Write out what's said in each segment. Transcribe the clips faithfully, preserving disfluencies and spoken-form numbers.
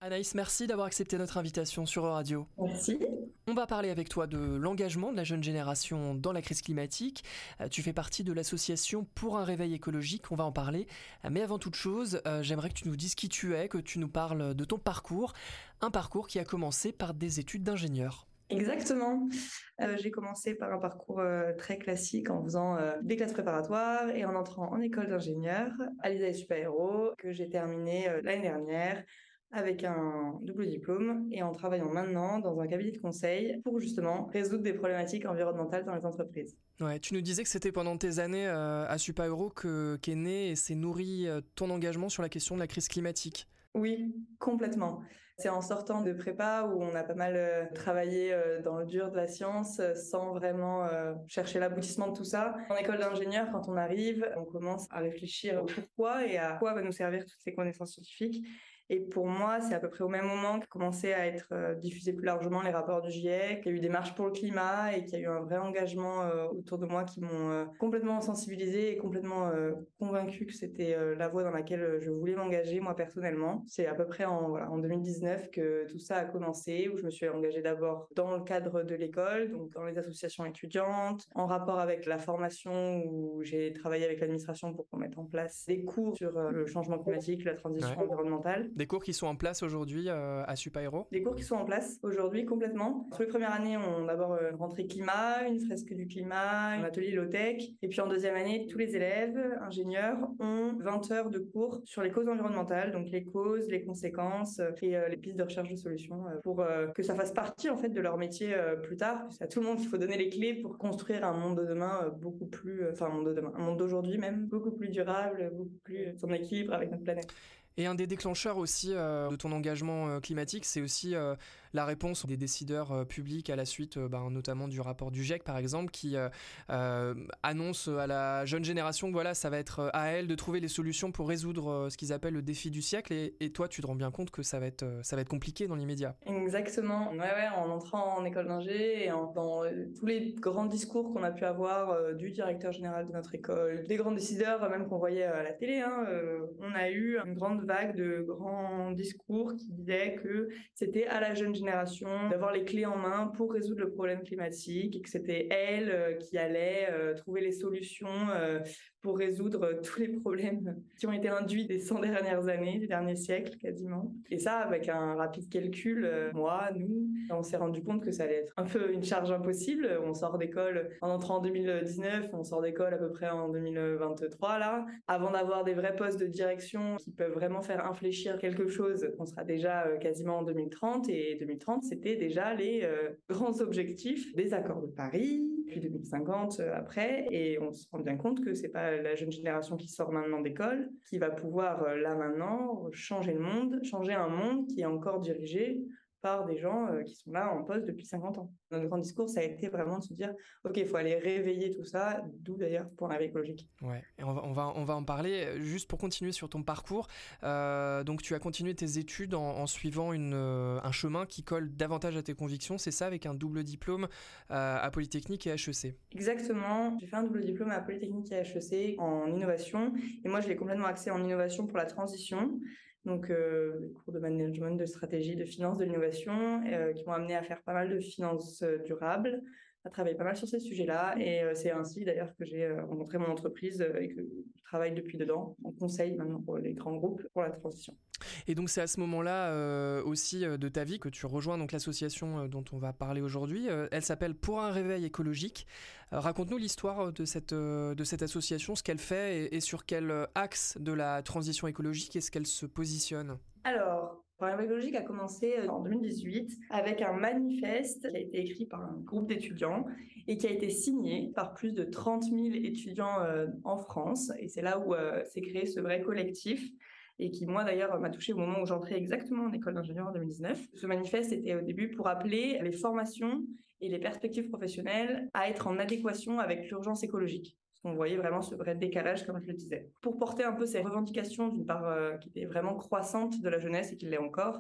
Anaïs, merci d'avoir accepté notre invitation sur Euradio. Merci. On va parler avec toi de l'engagement de la jeune génération dans la crise climatique. Euh, tu fais partie de l'association Pour un réveil écologique, on va en parler. Euh, mais avant toute chose, euh, j'aimerais que tu nous dises qui tu es, que tu nous parles de ton parcours. Un parcours qui a commencé par des études d'ingénieur. Exactement. Euh, j'ai commencé par un parcours euh, très classique en faisant euh, des classes préparatoires et en entrant en école d'ingénieur à l'I S A E Super Héros que j'ai terminé euh, l'année dernière avec un double diplôme et en travaillant maintenant dans un cabinet de conseil pour justement résoudre des problématiques environnementales dans les entreprises. Ouais, tu nous disais que c'était pendant tes années euh, à Super Héros que, qu'est né et s'est nourri euh, ton engagement sur la question de la crise climatique. Oui, complètement. C'est en sortant de prépa où on a pas mal euh, travaillé euh, dans le dur de la science euh, sans vraiment euh, chercher l'aboutissement de tout ça. En école d'ingénieur, quand on arrive, on commence à réfléchir au pourquoi et à quoi va nous servir toutes ces connaissances scientifiques. Et pour moi, c'est à peu près au même moment qu'a commencé à être euh, diffusé plus largement les rapports du GIEC, qu'il y a eu des marches pour le climat et qu'il y a eu un vrai engagement euh, autour de moi qui m'ont euh, complètement sensibilisée et complètement euh, convaincue que c'était euh, la voie dans laquelle je voulais m'engager moi personnellement. C'est à peu près en, voilà, en deux mille dix-neuf que tout ça a commencé, où je me suis engagée d'abord dans le cadre de l'école, donc dans les associations étudiantes, en rapport avec la formation où j'ai travaillé avec l'administration pour qu'on mette en place des cours sur euh, le changement climatique, la transition Ouais. environnementale. Des cours qui sont en place aujourd'hui euh, à Super Héros. Des cours qui sont en place aujourd'hui complètement. Sur les premières années, on a d'abord euh, une rentrée climat, une fresque du climat, un atelier low-tech. Et puis en deuxième année, tous les élèves ingénieurs ont vingt heures de cours sur les causes environnementales, donc les causes, les conséquences euh, et euh, les pistes de recherche de solutions euh, pour euh, que ça fasse partie en fait de leur métier euh, plus tard. C'est à tout le monde qu'il faut donner les clés pour construire un monde de demain euh, beaucoup plus, euh, enfin un monde de demain, un monde d'aujourd'hui même beaucoup plus durable, beaucoup plus en équilibre avec notre planète. Et un des déclencheurs aussi euh, de ton engagement euh, climatique, c'est aussi euh, la réponse des décideurs euh, publics à la suite, euh, ben, notamment du rapport du GIEC par exemple, qui euh, euh, annonce à la jeune génération que voilà, ça va être à elle de trouver les solutions pour résoudre euh, ce qu'ils appellent le défi du siècle. Et, et toi, tu te rends bien compte que ça va être, euh, ça va être compliqué dans l'immédiat. Exactement. Ouais, ouais, en entrant en école d'ingé et en, dans euh, tous les grands discours qu'on a pu avoir euh, du directeur général de notre école, des grands décideurs, même qu'on voyait à la télé, hein, euh, on a eu une grande vague de grands discours qui disaient que c'était à la jeune génération d'avoir les clés en main pour résoudre le problème climatique et que c'était elle euh, qui allait euh, trouver les solutions euh, pour résoudre euh, tous les problèmes qui ont été induits des cent dernières années, des derniers siècles quasiment. Et ça, avec un rapide calcul, euh, moi, nous, on s'est rendu compte que ça allait être un peu une charge impossible. On sort d'école en entrant en deux mille dix-neuf, on sort d'école à peu près en deux mille vingt-trois là. Avant d'avoir des vrais postes de direction qui peuvent vraiment faire infléchir quelque chose, on sera déjà euh, quasiment en deux mille trente. Et deux mille trente, c'était déjà les euh, grands objectifs des accords de Paris, puis deux mille cinquante euh, après. Et on se rend bien compte que c'est pas la jeune génération qui sort maintenant d'école qui va pouvoir euh, là maintenant changer le monde, changer un monde qui est encore dirigé par des gens euh, qui sont là en poste depuis cinquante ans. Notre grand discours, ça a été vraiment de se dire ok, il faut aller réveiller tout ça, d'où d'ailleurs pour un réveil écologique. Ouais, et on va, on va, on va en parler. Juste pour continuer sur ton parcours, euh, donc tu as continué tes études en, en suivant une, euh, un chemin qui colle davantage à tes convictions, c'est ça, avec un double diplôme euh, à Polytechnique et H E C. Exactement, j'ai fait un double diplôme à Polytechnique et H E C en innovation, et moi je l'ai complètement axé en innovation pour la transition. Donc, euh, les cours de management, de stratégie, de finance, de l'innovation, euh, qui m'ont amené à faire pas mal de finances euh, durables, à travailler pas mal sur ces sujets-là. Et euh, c'est ainsi d'ailleurs que j'ai euh, rencontré mon entreprise euh, et que je travaille depuis dedans, en conseil maintenant pour les grands groupes pour la transition. Et donc c'est à ce moment-là euh, aussi euh, de ta vie que tu rejoins donc l'association euh, dont on va parler aujourd'hui. Euh, elle s'appelle Pour un réveil écologique. Euh, raconte-nous l'histoire de cette, euh, de cette association, ce qu'elle fait et, et sur quel axe de la transition écologique est-ce qu'elle se positionne. Alors, Pour un réveil écologique a commencé en deux mille dix-huit avec un manifeste qui a été écrit par un groupe d'étudiants et qui a été signé par plus de trente mille étudiants euh, en France. Et c'est là où euh, s'est créé ce vrai collectif et qui, moi, d'ailleurs, m'a touchée au moment où j'entrais exactement en école d'ingénieur en deux mille dix-neuf. Ce manifeste était au début pour appeler les formations et les perspectives professionnelles à être en adéquation avec l'urgence écologique. Parce qu'on voyait vraiment ce vrai décalage, comme je le disais. Pour porter un peu ces revendications, d'une part euh, qui était vraiment croissante de la jeunesse et qui l'est encore,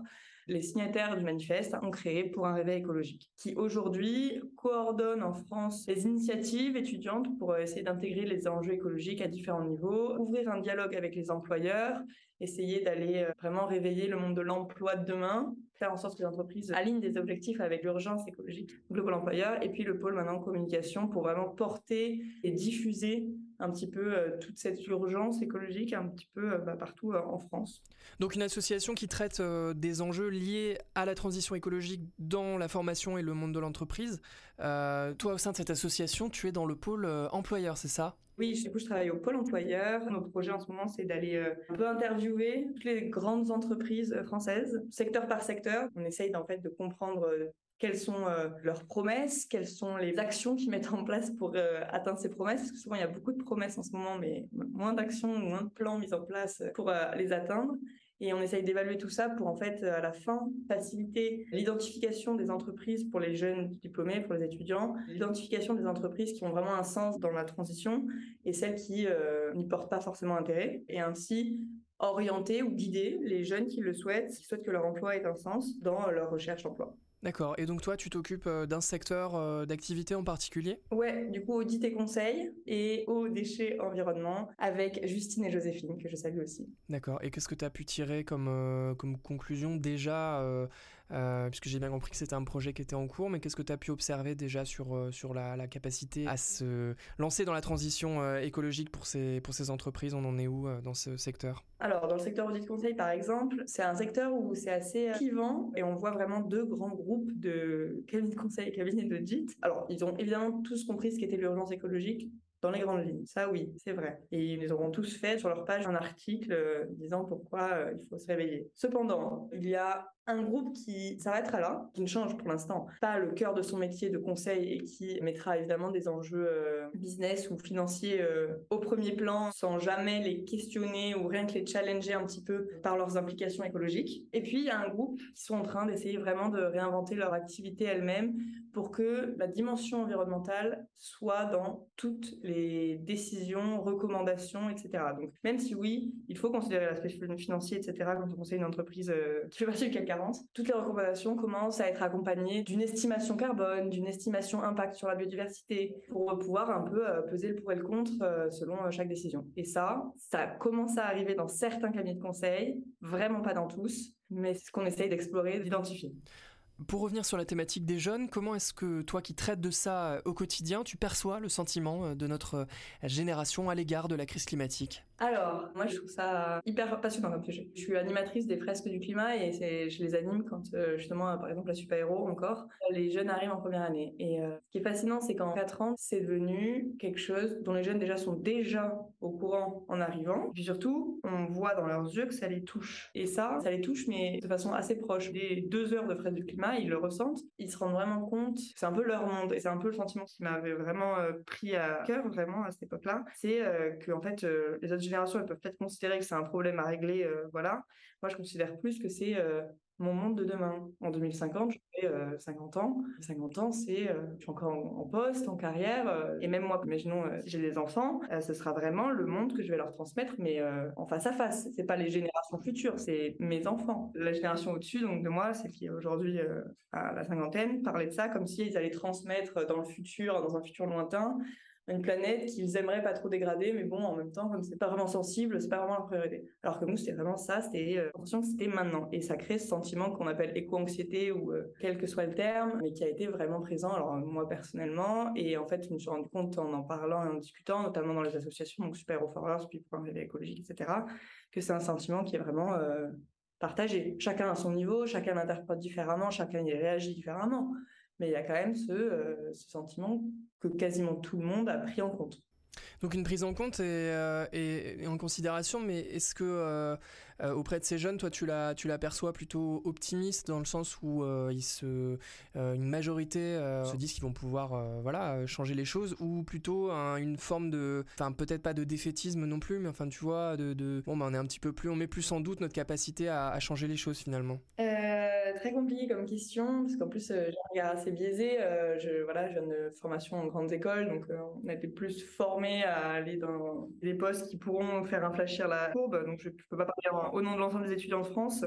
les signataires du manifeste ont créé pour un réveil écologique, qui aujourd'hui coordonne en France les initiatives étudiantes pour essayer d'intégrer les enjeux écologiques à différents niveaux, ouvrir un dialogue avec les employeurs, essayer d'aller vraiment réveiller le monde de l'emploi de demain, faire en sorte que les entreprises alignent des objectifs avec l'urgence écologique du pôle employeur, et puis le pôle maintenant communication pour vraiment porter et diffuser un petit peu euh, toute cette urgence écologique un petit peu euh, bah, partout euh, en France. Donc une association qui traite euh, des enjeux liés à la transition écologique dans la formation et le monde de l'entreprise. Euh, toi, au sein de cette association, tu es dans le pôle euh, employeur, c'est ça ? Oui, du coup, je travaille au pôle employeur. Notre projet en ce moment, c'est d'aller euh, un peu interviewer toutes les grandes entreprises euh, françaises, secteur par secteur. On essaye en fait de comprendre euh, quelles sont euh, leurs promesses, quelles sont les actions qu'ils mettent en place pour euh, atteindre ces promesses, parce que souvent il y a beaucoup de promesses en ce moment, mais moins d'actions, moins de plans mis en place pour euh, les atteindre. Et on essaye d'évaluer tout ça pour, en fait, à la fin, faciliter l'identification des entreprises pour les jeunes diplômés, pour les étudiants, l'identification des entreprises qui ont vraiment un sens dans la transition et celles qui euh, n'y portent pas forcément intérêt, et ainsi orienter ou guider les jeunes qui le souhaitent, qui souhaitent que leur emploi ait un sens dans leur recherche d'emploi. D'accord. Et donc toi, tu t'occupes d'un secteur d'activité en particulier ? Ouais, du coup, audit et conseil et eau, déchets, environnement avec Justine et Joséphine, que je salue aussi. D'accord. Et qu'est-ce que tu as pu tirer comme, euh, comme conclusion déjà euh, euh, puisque j'ai bien compris que c'était un projet qui était en cours, mais qu'est-ce que tu as pu observer déjà sur, euh, sur la, la capacité à se lancer dans la transition euh, écologique pour ces, pour ces entreprises ? On en est où euh, dans ce secteur ? Alors, dans le secteur audit conseil, par exemple, c'est un secteur où c'est assez clivant et on voit vraiment deux grands groupes de cabinets de conseil et cabinets d'audit. Alors, ils ont évidemment tous compris ce qu'était l'urgence écologique dans les grandes lignes. Ça, oui, c'est vrai. Et ils auront tous fait sur leur page un article euh, disant pourquoi euh, il faut se réveiller. Cependant, il y a un groupe qui s'arrêtera là, qui ne change pour l'instant pas le cœur de son métier de conseil et qui mettra évidemment des enjeux euh, business ou financiers euh, au premier plan sans jamais les questionner ou rien que les challenger un petit peu par leurs implications écologiques. Et puis, il y a un groupe qui sont en train d'essayer vraiment de réinventer leur activité elle-même pour que la dimension environnementale soit dans toutes les décisions, recommandations, et cetera. Donc, même si oui, il faut considérer l'aspect financier, et cetera, quand on conseille une entreprise euh, qui fait partie du C A C quarante, toutes les recommandations commencent à être accompagnées d'une estimation carbone, d'une estimation impact sur la biodiversité, pour pouvoir un peu euh, peser le pour et le contre euh, selon euh, chaque décision. Et ça, ça commence à arriver dans certains cabinets de conseil, vraiment pas dans tous, mais c'est ce qu'on essaye d'explorer, d'identifier. Pour revenir sur la thématique des jeunes, comment est-ce que toi qui traites de ça au quotidien, tu perçois le sentiment de notre génération à l'égard de la crise climatique ? Alors, moi je trouve ça hyper passionnant comme sujet. Je suis animatrice des fresques du climat et c'est, je les anime quand euh, justement, par exemple, la Super Héros encore, les jeunes arrivent en première année. Et euh, ce qui est fascinant, c'est qu'en quatre ans, c'est devenu quelque chose dont les jeunes déjà sont déjà au courant en arrivant. Et puis surtout, on voit dans leurs yeux que ça les touche. Et ça, ça les touche, mais de façon assez proche. Des deux heures de fresques du climat, ils le ressentent, ils se rendent vraiment compte que c'est un peu leur monde. Et c'est un peu le sentiment qui m'avait vraiment euh, pris à cœur, vraiment, à cette époque-là. C'est euh, que, en fait, euh, les autres générations, elles peuvent peut-être considérer que c'est un problème à régler, euh, voilà. Moi, je considère plus que c'est euh, mon monde de demain. En deux mille cinquante, j'aurai euh, cinquante ans. cinquante ans, c'est, euh, je suis encore en, en poste, en carrière, euh, et même moi, imaginons, euh, si j'ai des enfants, euh, ce sera vraiment le monde que je vais leur transmettre, mais euh, en face à face. C'est pas les générations futures, c'est mes enfants. La génération au-dessus, donc de moi, celle qui est aujourd'hui euh, à la cinquantaine, parlait de ça comme s'ils allaient transmettre dans le futur, dans un futur lointain, une planète qu'ils aimeraient pas trop dégrader, mais bon, en même temps, comme c'est pas vraiment sensible, c'est pas vraiment leur priorité. Alors que nous, c'était vraiment ça, c'était euh, l'impression que c'était maintenant. Et ça crée ce sentiment qu'on appelle éco-anxiété, ou euh, quel que soit le terme, mais qui a été vraiment présent, alors moi personnellement, et en fait, je me suis rendu compte en en parlant et en discutant, notamment dans les associations, donc Super Héros for Earth, puis pour un réveil écologique, et cetera, que c'est un sentiment qui est vraiment euh, partagé. Chacun à son niveau, chacun l'interprète différemment, chacun y réagit différemment. Mais il y a quand même ce, euh, ce sentiment que quasiment tout le monde a pris en compte. Donc une prise en compte et, euh, et, et en considération, mais est-ce que euh, euh, auprès de ces jeunes, toi tu la, tu l'aperçois plutôt optimiste dans le sens où euh, ils se, euh, une majorité euh, se disent qu'ils vont pouvoir euh, voilà, changer les choses, ou plutôt hein, une forme de, enfin peut-être pas de défaitisme non plus, mais enfin tu vois, de, de bon bah on est un petit peu plus, on met plus en doute notre capacité à, à changer les choses finalement. Euh, très compliqué comme question, parce qu'en plus euh, j'ai un regard assez biaisé. Euh, je, voilà, je viens de formation en grandes écoles, donc euh, on a été plus formés à aller dans des postes qui pourront faire infléchir la courbe, donc je ne peux pas parler en, au nom de l'ensemble des étudiants de France.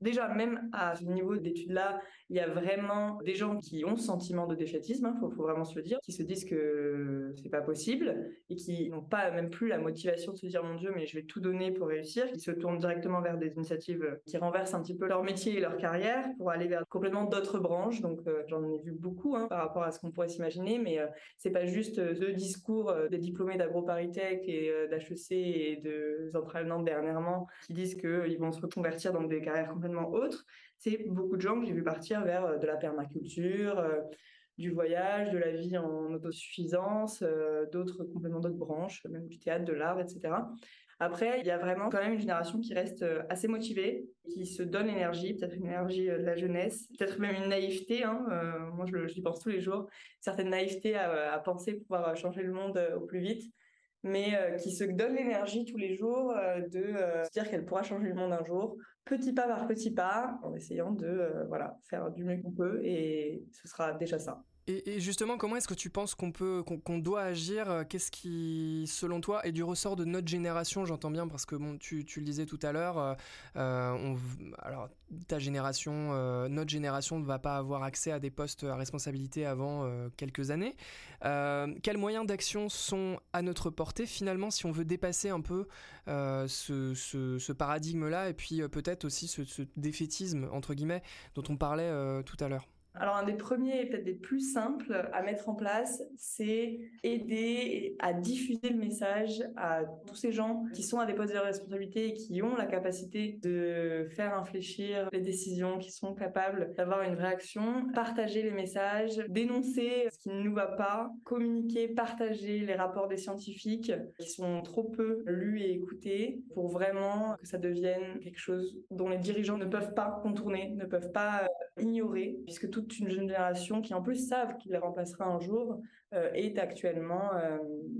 déjà, même à ce niveau d'études-là, il y a vraiment des gens qui ont ce sentiment de défaitisme, hein, faut, faut vraiment se le dire, qui se disent que c'est pas possible et qui n'ont pas même plus la motivation de se dire mon Dieu, mais je vais tout donner pour réussir, qui se tournent directement vers des initiatives qui renversent un petit peu leur métier et leur carrière pour aller vers complètement d'autres branches. Donc euh, j'en ai vu beaucoup hein, par rapport à ce qu'on pourrait s'imaginer, mais euh, c'est pas juste euh, le discours euh, des diplômés d'AgroParisTech et euh, d'H E C et de Centrale Nantes dernièrement qui disent qu'ils vont se reconvertir dans des carrières complètement autres. C'est beaucoup de gens que j'ai vu partir vers de la permaculture, euh, du voyage, de la vie en autosuffisance, euh, d'autres, complètement d'autres branches, même du théâtre, de l'art, et cetera. Après, il y a vraiment quand même une génération qui reste assez motivée, qui se donne l'énergie, peut-être une énergie de la jeunesse, peut-être même une naïveté. Hein, euh, moi, je, j'y pense tous les jours. Certaine naïveté à, à penser pouvoir changer le monde au plus vite, mais euh, qui se donne l'énergie tous les jours euh, de euh, se dire qu'elle pourra changer le monde un jour, petit pas par petit pas, en essayant de euh, voilà, faire du mieux qu'on peut, et ce sera déjà ça. Et, et justement, comment est-ce que tu penses qu'on peut, qu'on, qu'on doit agir ? Qu'est-ce qui, selon toi, est du ressort de notre génération ? J'entends bien parce que bon, tu, tu le disais tout à l'heure. Euh, on, alors, ta génération, euh, notre génération ne va pas avoir accès à des postes à responsabilité avant euh, quelques années. Euh, quels moyens d'action sont à notre portée finalement si on veut dépasser un peu euh, ce, ce, ce paradigme-là et puis euh, peut-être aussi ce, ce défaitisme entre guillemets dont on parlait euh, tout à l'heure ? Alors, un des premiers et peut-être des plus simples à mettre en place, c'est aider à diffuser le message à tous ces gens qui sont à des postes de responsabilité et qui ont la capacité de faire infléchir les décisions, qui sont capables d'avoir une réaction, partager les messages, dénoncer ce qui ne nous va pas, communiquer, partager les rapports des scientifiques qui sont trop peu lus et écoutés pour vraiment que ça devienne quelque chose dont les dirigeants ne peuvent pas contourner, ne peuvent pas ignorer, puisque toute une génération qui en plus savent qu'il les remplacera un jour euh, est actuellement euh,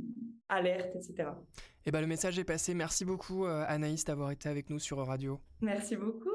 alerte, et cetera. Eh ben, le message est passé. Merci beaucoup euh, Anaïs d'avoir été avec nous sur Radio. Merci beaucoup.